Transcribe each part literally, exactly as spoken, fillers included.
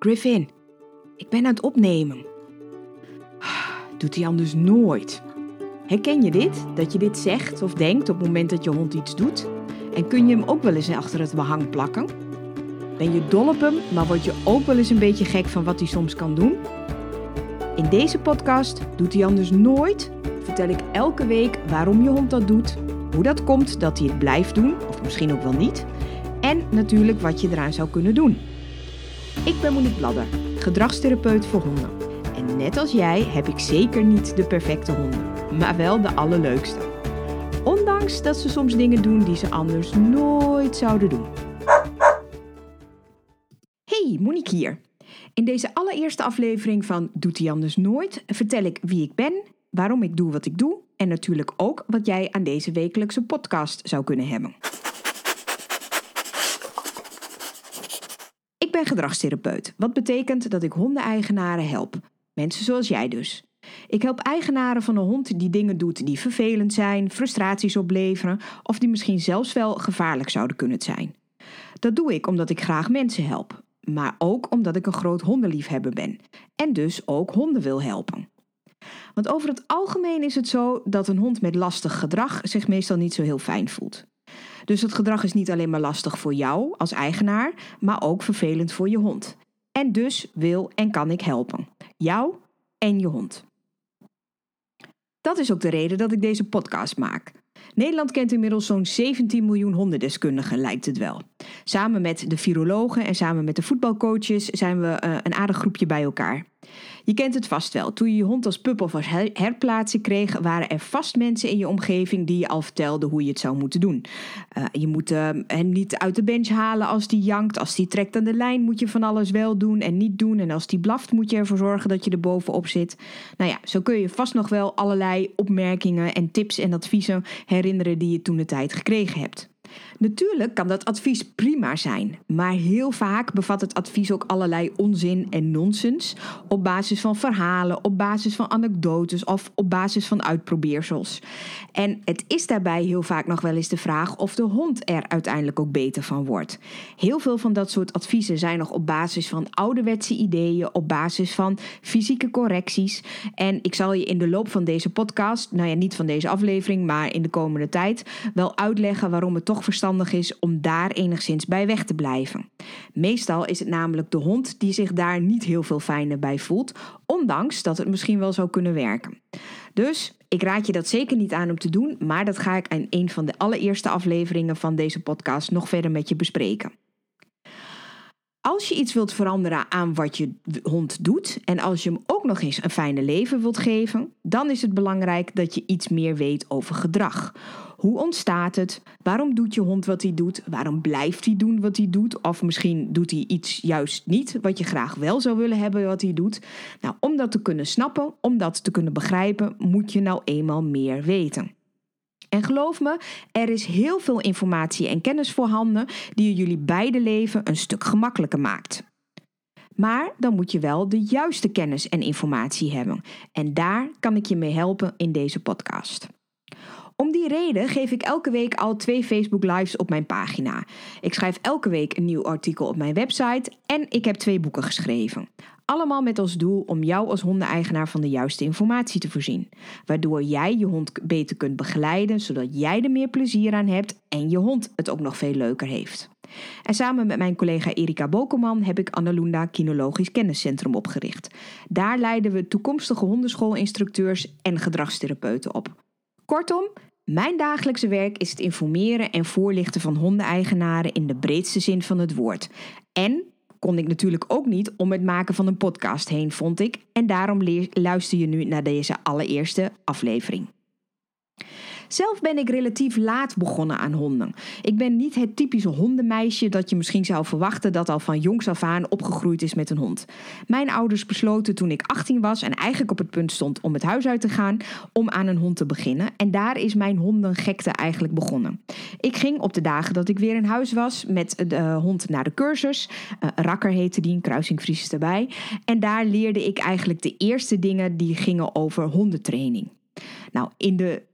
Griffin, ik ben aan het opnemen. Doet hij anders nooit. Herken je dit? Dat je dit zegt of denkt op het moment dat je hond iets doet? En kun je hem ook wel eens achter het behang plakken? Ben je dol op hem, maar word je ook wel eens een beetje gek van wat hij soms kan doen? In deze podcast Doet hij anders nooit vertel ik elke week waarom je hond dat doet, hoe dat komt dat hij het blijft doen, of misschien ook wel niet, en natuurlijk wat je eraan zou kunnen doen. Ik ben Monique Bladder, gedragstherapeut voor honden. En net als jij heb ik zeker niet de perfecte honden, maar wel de allerleukste. Ondanks dat ze soms dingen doen die ze anders nooit zouden doen. Hey, Monique hier. In deze allereerste aflevering van Doet hij anders nooit vertel ik wie ik ben, waarom ik doe wat ik doe en natuurlijk ook wat jij aan deze wekelijkse podcast zou kunnen hebben. Ik ben gedragstherapeut, wat betekent dat ik hondeneigenaren help. Mensen zoals jij dus. Ik help eigenaren van een hond die dingen doet die vervelend zijn, frustraties opleveren of die misschien zelfs wel gevaarlijk zouden kunnen zijn. Dat doe ik omdat ik graag mensen help, maar ook omdat ik een groot hondenliefhebber ben en dus ook honden wil helpen. Want over het algemeen is het zo dat een hond met lastig gedrag zich meestal niet zo heel fijn voelt. Dus het gedrag is niet alleen maar lastig voor jou als eigenaar, maar ook vervelend voor je hond. En dus wil en kan ik helpen. Jou en je hond. Dat is ook de reden dat ik deze podcast maak. Nederland kent inmiddels zo'n zeventien miljoen hondendeskundigen, lijkt het wel. Samen met de virologen en samen met de voetbalcoaches zijn we uh, een aardig groepje bij elkaar. Je kent het vast wel. Toen je je hond als pup of als her- herplaatsing kreeg, waren er vast mensen in je omgeving die je al vertelden hoe je het zou moeten doen. Uh, je moet uh, hem niet uit de bench halen als die jankt. Als die trekt aan de lijn moet je van alles wel doen en niet doen. En als die blaft moet je ervoor zorgen dat je er bovenop zit. Nou ja, zo kun je vast nog wel allerlei opmerkingen en tips en adviezen herinneren die je toen de tijd gekregen hebt. Natuurlijk kan dat advies prima zijn, maar heel vaak bevat het advies ook allerlei onzin en nonsens op basis van verhalen, op basis van anekdotes of op basis van uitprobeersels. En het is daarbij heel vaak nog wel eens de vraag of de hond er uiteindelijk ook beter van wordt. Heel veel van dat soort adviezen zijn nog op basis van ouderwetse ideeën, op basis van fysieke correcties. En ik zal je in de loop van deze podcast, nou ja, niet van deze aflevering, maar in de komende tijd, wel uitleggen waarom het toch verstandig is om daar enigszins bij weg te blijven. Meestal is het namelijk de hond die zich daar niet heel veel fijner bij voelt, ondanks dat het misschien wel zou kunnen werken. Dus ik raad je dat zeker niet aan om te doen, maar dat ga ik in een van de allereerste afleveringen van deze podcast nog verder met je bespreken. Als je iets wilt veranderen aan wat je hond doet en als je hem ook nog eens een fijne leven wilt geven, dan is het belangrijk dat je iets meer weet over gedrag. Hoe ontstaat het? Waarom doet je hond wat hij doet? Waarom blijft hij doen wat hij doet? Of misschien doet hij iets juist niet wat je graag wel zou willen hebben wat hij doet. Nou, om dat te kunnen snappen, om dat te kunnen begrijpen, moet je nou eenmaal meer weten. En geloof me, er is heel veel informatie en kennis voorhanden die jullie beide leven een stuk gemakkelijker maakt. Maar dan moet je wel de juiste kennis en informatie hebben. En daar kan ik je mee helpen in deze podcast. Om die reden geef ik elke week al twee Facebook Lives op mijn pagina. Ik schrijf elke week een nieuw artikel op mijn website en ik heb twee boeken geschreven. Allemaal met als doel om jou als hondeneigenaar van de juiste informatie te voorzien. Waardoor jij je hond beter kunt begeleiden, zodat jij er meer plezier aan hebt en je hond het ook nog veel leuker heeft. En samen met mijn collega Erika Bokelman heb ik Annalunda Kinologisch Kenniscentrum opgericht. Daar leiden we toekomstige hondenschoolinstructeurs en gedragstherapeuten op. Kortom, mijn dagelijkse werk is het informeren en voorlichten van hondeneigenaren in de breedste zin van het woord. En kon ik natuurlijk ook niet om het maken van een podcast heen, vond ik. En daarom leer, luister je nu naar deze allereerste aflevering. Zelf ben ik relatief laat begonnen aan honden. Ik ben niet het typische hondenmeisje dat je misschien zou verwachten dat al van jongs af aan opgegroeid is met een hond. Mijn ouders besloten toen ik achttien was en eigenlijk op het punt stond om het huis uit te gaan, om aan een hond te beginnen. En daar is mijn hondengekte eigenlijk begonnen. Ik ging op de dagen dat ik weer in huis was met de hond naar de cursus. Uh, Rakker heette die, een kruising Fries erbij. En daar leerde ik eigenlijk de eerste dingen die gingen over hondentraining. Nou, in de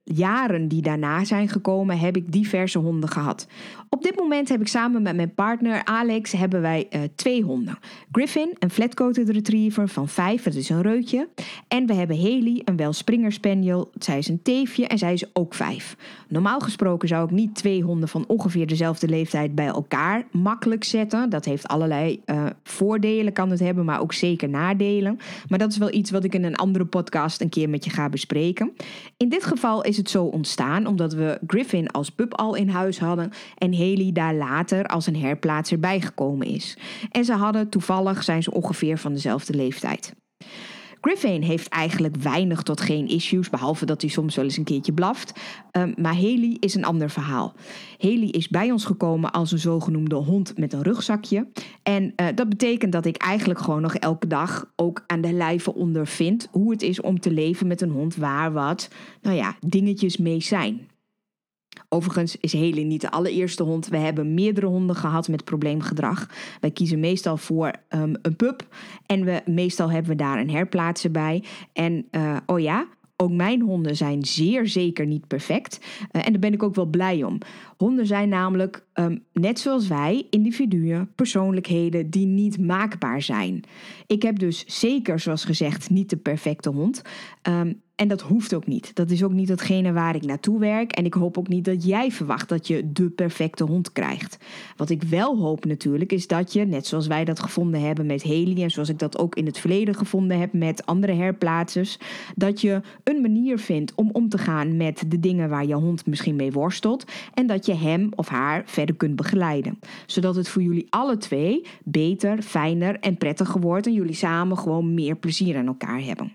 jaren die daarna zijn gekomen, heb ik diverse honden gehad. Op dit moment heb ik samen met mijn partner Alex hebben wij uh, twee honden. Griffin, een flat-coated retriever van vijf, dat is een reutje. En we hebben Haley, een Welsh Springer Spaniel. Zij is een teefje en zij is ook vijf. Normaal gesproken zou ik niet twee honden van ongeveer dezelfde leeftijd bij elkaar makkelijk zetten. Dat heeft allerlei uh, voordelen, kan het hebben, maar ook zeker nadelen. Maar dat is wel iets wat ik in een andere podcast een keer met je ga bespreken. In dit geval is het zo ontstaan omdat we Griffin als pup al in huis hadden en Haley daar later als een herplaatser bijgekomen is. En ze hadden toevallig, zijn ze ongeveer van dezelfde leeftijd. Griffin heeft eigenlijk weinig tot geen issues, behalve dat hij soms wel eens een keertje blaft. Um, maar Haley is een ander verhaal. Haley is bij ons gekomen als een zogenoemde hond met een rugzakje. En uh, dat betekent dat ik eigenlijk gewoon nog elke dag ook aan de lijve ondervind hoe het is om te leven met een hond waar wat, nou ja, dingetjes mee zijn. Overigens is Haley niet de allereerste hond. We hebben meerdere honden gehad met probleemgedrag. Wij kiezen meestal voor um, een pup. En we, meestal hebben we daar een herplaatser bij. En uh, oh ja, ook mijn honden zijn zeer zeker niet perfect. Uh, en daar ben ik ook wel blij om. Honden zijn namelijk, um, net zoals wij, individuen, persoonlijkheden die niet maakbaar zijn. Ik heb dus zeker, zoals gezegd, niet de perfecte hond. Um, En dat hoeft ook niet. Dat is ook niet hetgene waar ik naartoe werk. En ik hoop ook niet dat jij verwacht dat je de perfecte hond krijgt. Wat ik wel hoop natuurlijk is dat je, net zoals wij dat gevonden hebben met Haley en zoals ik dat ook in het verleden gevonden heb met andere herplaatsers, dat je een manier vindt om om te gaan met de dingen waar je hond misschien mee worstelt. En dat je hem of haar verder kunt begeleiden. Zodat het voor jullie alle twee beter, fijner en prettiger wordt en jullie samen gewoon meer plezier aan elkaar hebben.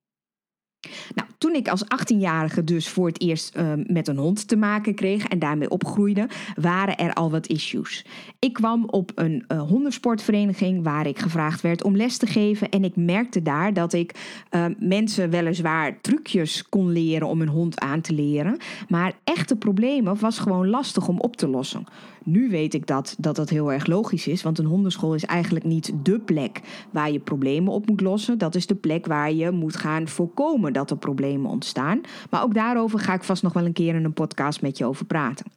Nou, toen ik als achttienjarige dus voor het eerst uh, met een hond te maken kreeg en daarmee opgroeide, waren er al wat issues. Ik kwam op een uh, hondensportvereniging waar ik gevraagd werd om les te geven en ik merkte daar dat ik uh, mensen weliswaar trucjes kon leren om een hond aan te leren, maar echte problemen was gewoon lastig om op te lossen. Nu weet ik dat, dat dat heel erg logisch is, want een hondenschool is eigenlijk niet dé plek waar je problemen op moet lossen. Dat is de plek waar je moet gaan voorkomen dat er problemen ontstaan. Maar ook daarover ga ik vast nog wel een keer in een podcast met je over praten.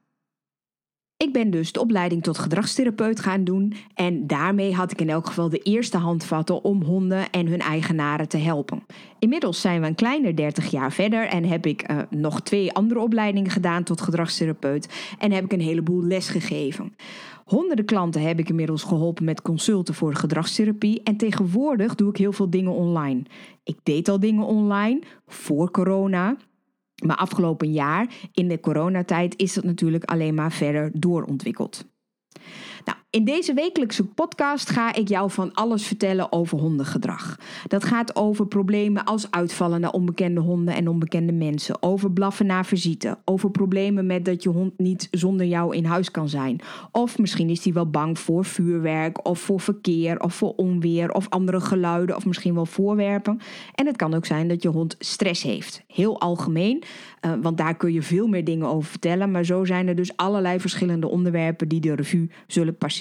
Ik ben dus de opleiding tot gedragstherapeut gaan doen en daarmee had ik in elk geval de eerste handvatten om honden en hun eigenaren te helpen. Inmiddels zijn we een kleine dertig jaar verder en heb ik uh, nog twee andere opleidingen gedaan tot gedragstherapeut en heb ik een heleboel les gegeven. Honderden klanten heb ik inmiddels geholpen met consulten voor gedragstherapie en tegenwoordig doe ik heel veel dingen online. Ik deed al dingen online voor corona. Maar afgelopen jaar, in de coronatijd, is dat natuurlijk alleen maar verder doorontwikkeld. Nou, in deze wekelijkse podcast ga ik jou van alles vertellen over hondengedrag. Dat gaat over problemen als uitvallen naar onbekende honden en onbekende mensen. Over blaffen na visite. Over problemen met dat je hond niet zonder jou in huis kan zijn. Of misschien is hij wel bang voor vuurwerk of voor verkeer of voor onweer of andere geluiden of misschien wel voorwerpen. En het kan ook zijn dat je hond stress heeft. Heel algemeen, uh, want daar kun je veel meer dingen over vertellen. Maar zo zijn er dus allerlei verschillende onderwerpen die de revue zullen passeren.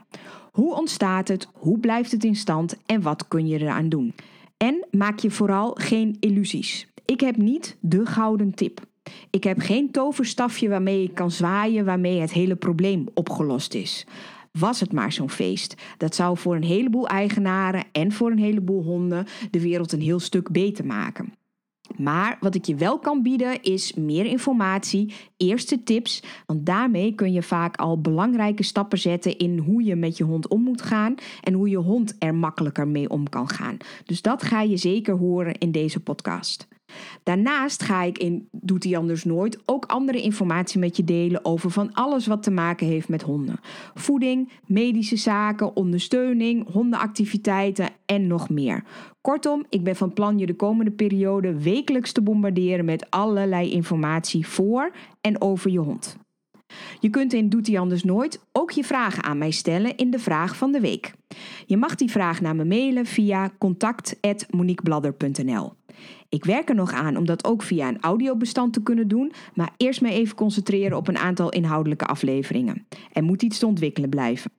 Hoe ontstaat het? Hoe blijft het in stand? En wat kun je eraan doen? En maak je vooral geen illusies. Ik heb niet de gouden tip. Ik heb geen toverstafje waarmee ik kan zwaaien, waarmee het hele probleem opgelost is. Was het maar zo'n feest. Dat zou voor een heleboel eigenaren en voor een heleboel honden de wereld een heel stuk beter maken. Maar wat ik je wel kan bieden is meer informatie, eerste tips, want daarmee kun je vaak al belangrijke stappen zetten in hoe je met je hond om moet gaan en hoe je hond er makkelijker mee om kan gaan. Dus dat ga je zeker horen in deze podcast. Daarnaast ga ik in Doet hij anders nooit ook andere informatie met je delen over van alles wat te maken heeft met honden. Voeding, medische zaken, ondersteuning, hondenactiviteiten en nog meer. Kortom, ik ben van plan je de komende periode wekelijks te bombarderen met allerlei informatie voor en over je hond. Je kunt in Doet hij anders nooit ook je vragen aan mij stellen in de vraag van de week. Je mag die vraag naar me mailen via contact at moniquebladder punt n l. Ik werk er nog aan om dat ook via een audiobestand te kunnen doen, maar eerst maar even concentreren op een aantal inhoudelijke afleveringen. Er moet iets te ontwikkelen blijven.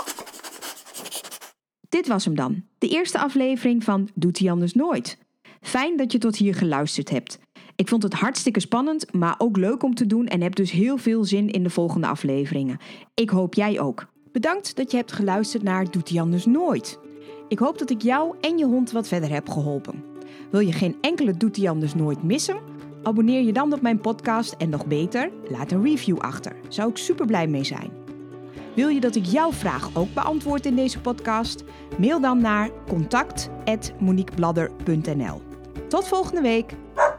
Dit was hem dan, de eerste aflevering van Doet hij anders nooit. Fijn dat je tot hier geluisterd hebt. Ik vond het hartstikke spannend, maar ook leuk om te doen en heb dus heel veel zin in de volgende afleveringen. Ik hoop jij ook. Bedankt dat je hebt geluisterd naar Doet hij anders nooit. Ik hoop dat ik jou en je hond wat verder heb geholpen. Wil je geen enkele Doet hij anders nooit missen? Abonneer je dan op mijn podcast en nog beter, laat een review achter. Zou ik super blij mee zijn. Wil je dat ik jouw vraag ook beantwoord in deze podcast? Mail dan naar contact apenstaartje monique bladder punt n l. Tot volgende week!